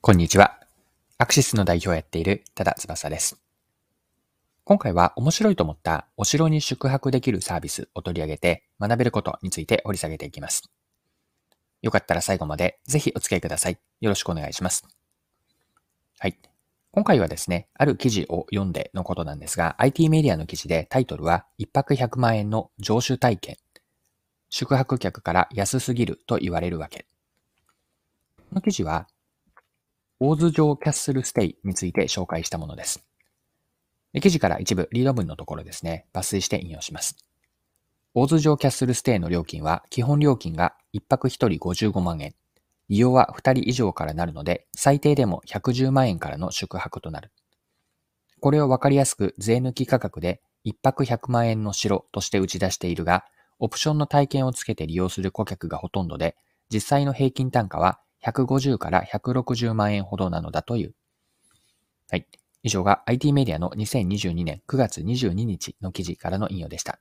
こんにちは。アクシスの代表をやっている多田翼です。今回は面白いと思ったお城に宿泊できるサービスを取り上げて学べることについて掘り下げていきます。よかったら最後までぜひお付き合いください。よろしくお願いします。はい。今回はですね、ある記事を読んでのことなんですが、IT メディアの記事でタイトルは1泊100万円の常習体験。宿泊客から安すぎると言われるわけ。この記事は大洲城キャッスルステイについて紹介したものです。記事から一部リード文のところですね、抜粋して引用します。大洲城キャッスルステイの料金は、基本料金が1泊1人55万円。利用は2人以上からなるので、最低でも110万円からの宿泊となる。これをわかりやすく税抜き価格で1泊100万円の城として打ち出しているが、オプションの体験をつけて利用する顧客がほとんどで、実際の平均単価は150から160万円ほどなのだという。はい。以上が IT メディアの2022年9月22日の記事からの引用でした。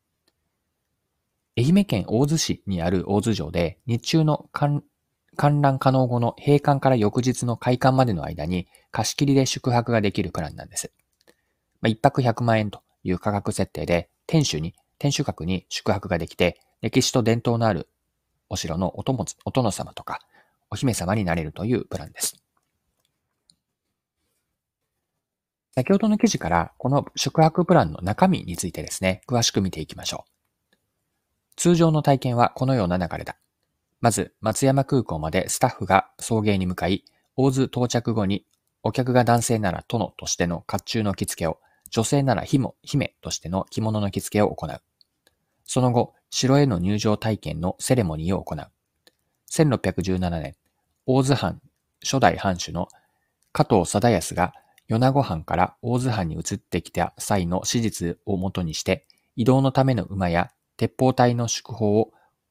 愛媛県大洲市にある大洲城で日中の観覧可能後の閉館から翌日の開館までの間に貸し切りで宿泊ができるプランなんです。1泊100万円という価格設定で天守閣に宿泊ができて歴史と伝統のあるお城のお殿様とかお姫様になれるというプランです。先ほどの記事からこの宿泊プランの中身についてですね、詳しく見ていきましょう。通常の体験はこのような流れだ。まず、松山空港までスタッフが送迎に向かい、大洲到着後にお客が男性なら殿としての甲冑の着付けを、女性なら姫としての着物の着付けを行う。その後、城への入場体験のセレモニーを行う。1617年、大洲藩初代藩主の加藤貞康が米子藩から大洲藩に移ってきた際の史実をもとにして、移動のための馬や鉄砲隊の宿砲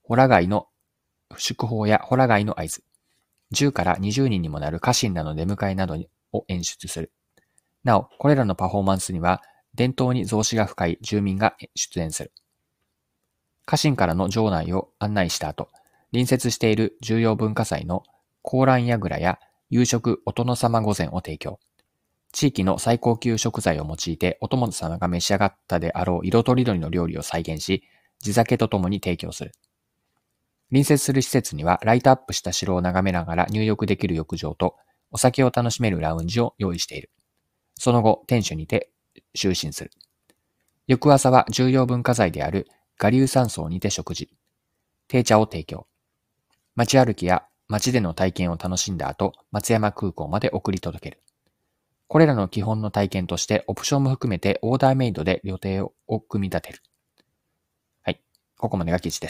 やホラ貝の合図、10から20人にもなる家臣らの出迎えなどを演出する。なお、これらのパフォーマンスには、伝統に造詞が深い住民が出演する。家臣からの城内を案内した後、隣接している重要文化財の高蘭櫓や夕食お殿様御膳を提供。地域の最高級食材を用いてお殿様が召し上がったであろう色とりどりの料理を再現し、地酒とともに提供する。隣接する施設にはライトアップした城を眺めながら入浴できる浴場とお酒を楽しめるラウンジを用意している。その後、天守にて就寝する。翌朝は重要文化財である我流山荘にて食事。定茶を提供。街歩きや街での体験を楽しんだ後、松山空港まで送り届ける。これらの基本の体験としてオプションも含めてオーダーメイドで予定を組み立てる。はい。ここまでが記事です。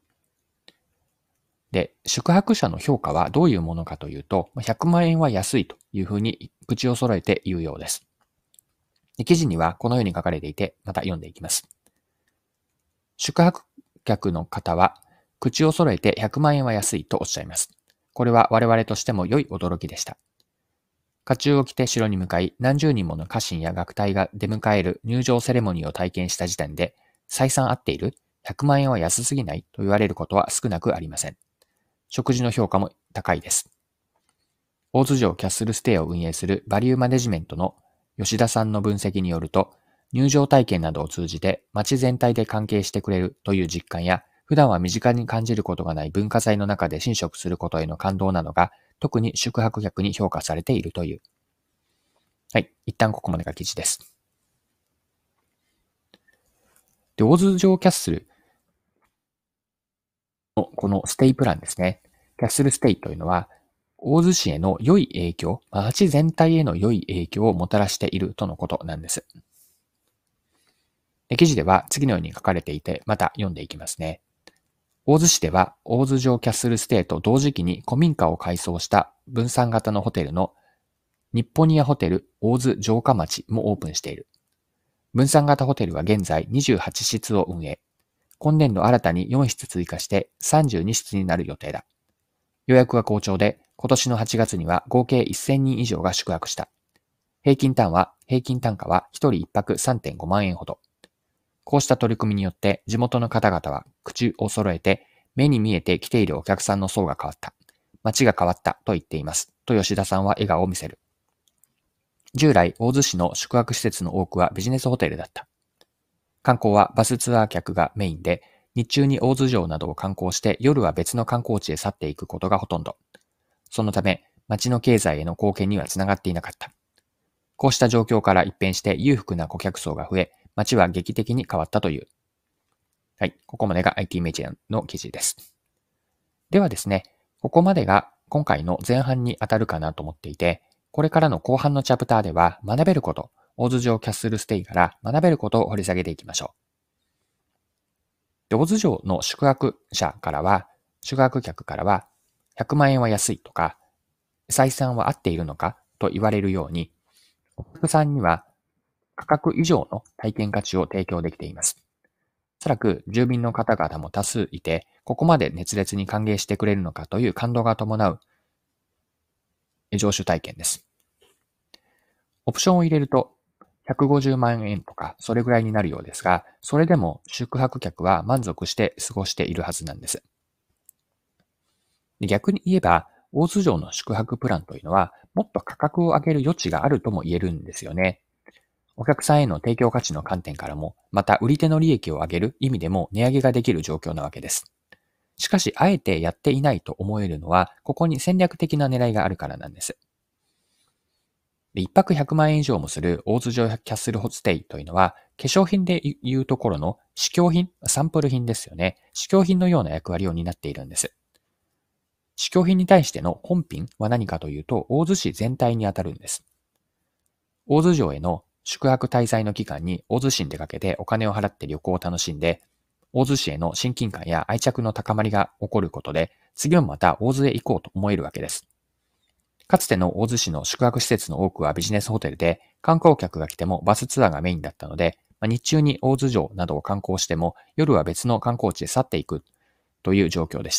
で、宿泊者の評価はどういうものかというと、100万円は安いというふうに口を揃えて言うようです。記事にはこのように書かれていて、また読んでいきます。宿泊客の方は、口を揃えて100万円は安いとおっしゃいます。これは我々としても良い驚きでした。甲冑を着て城に向かい、何十人もの家臣や楽隊が出迎える入場セレモニーを体験した時点で、採算合っている ?100 万円は安すぎないと言われることは少なくありません。食事の評価も高いです。大洲城キャッスルステイを運営するバリューマネジメントの吉田さんの分析によると、入場体験などを通じて街全体で関係してくれるという実感や、普段は身近に感じることがない文化財の中で侵食することへの感動などが、特に宿泊客に評価されているという。はい。一旦ここまでが記事です。で、大洲城キャッスルのこのステイプランですね。キャッスルステイというのは、大洲市への良い影響、街全体への良い影響をもたらしているとのことなんです。記事では次のように書かれていて、また読んでいきますね。大洲市では、大洲城キャッスルステイと同時期に古民家を改装した分散型のホテルの日本ニアホテル大洲城下町もオープンしている。分散型ホテルは現在28室を運営。今年度新たに4室追加して32室になる予定だ。予約は好調で、今年の8月には合計1000人以上が宿泊した。平均単価は1人1泊 3.5 万円ほど。こうした取り組みによって地元の方々は口を揃えて目に見えて来ているお客さんの層が変わった。 街が変わったと言っています。と吉田さんは笑顔を見せる。従来、大洲市の宿泊施設の多くはビジネスホテルだった。観光はバスツアー客がメインで、日中に大洲城などを観光して夜は別の観光地へ去っていくことがほとんど。そのため、町の経済への貢献にはつながっていなかった。こうした状況から一変して裕福な顧客層が増え、町は劇的に変わったという。はい、ここまでが IT メディアの記事です。ではですね、ここまでが今回の前半に当たるかなと思っていて、これからの後半のチャプターでは学べること、大洲城キャッスルステイから学べることを掘り下げていきましょう。で大洲城の宿泊客からは、100万円は安いとか、採算は合っているのかと言われるように、お客さんには価格以上の体験価値を提供できています。おそらく住民の方々も多数いて、ここまで熱烈に歓迎してくれるのかという感動が伴う乗車体験です。オプションを入れると150万円とかそれぐらいになるようですが、それでも宿泊客は満足して過ごしているはずなんです。逆に言えば、大洲城の宿泊プランというのは、もっと価格を上げる余地があるとも言えるんですよね。お客さんへの提供価値の観点からも、また売り手の利益を上げる意味でも値上げができる状況なわけです。しかし、あえてやっていないと思えるのは、ここに戦略的な狙いがあるからなんです。一泊100万円以上もする大洲城キャッスルホステイというのは、化粧品でいうところの試供品、サンプル品ですよね。試供品のような役割を担っているんです。試供品に対しての本品は何かというと、大洲市全体にあたるんです。大洲城への宿泊滞在の期間に大洲市に出かけてお金を払って旅行を楽しんで、大洲市への親近感や愛着の高まりが起こることで、次もまた大洲へ行こうと思えるわけです。かつての大洲市の宿泊施設の多くはビジネスホテルで、観光客が来てもバスツアーがメインだったので、日中に大洲城などを観光しても、夜は別の観光地へ去っていくという状況でした。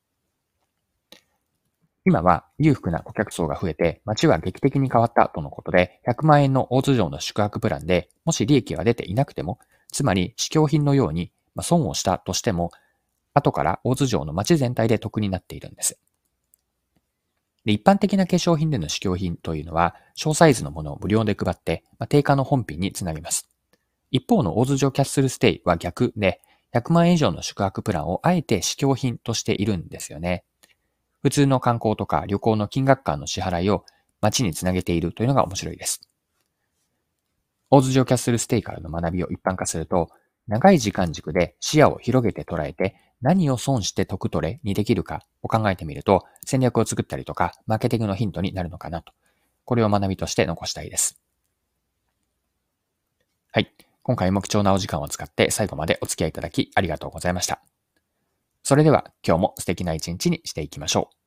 今は裕福な顧客層が増えて、街は劇的に変わったとのことで、100万円の大洲城の宿泊プランで、もし利益が出ていなくても、つまり試供品のように損をしたとしても、後から大洲城の街全体で得になっているんです。で、一般的な化粧品での試供品というのは、小サイズのものを無料で配って、定価の本品につなげます。一方の大洲城キャッスルステイは逆で、100万円以上の宿泊プランをあえて試供品としているんですよね。普通の観光とか旅行の金額間の支払いを街につなげているというのが面白いです。大洲城キャッスルステイからの学びを一般化すると、長い時間軸で視野を広げて捉えて、何を損して得取れにできるかを考えてみると、戦略を作ったりとか、マーケティングのヒントになるのかなと。これを学びとして残したいです。はい。今回も貴重なお時間を使って最後までお付き合いいただきありがとうございました。それでは今日も素敵な一日にしていきましょう。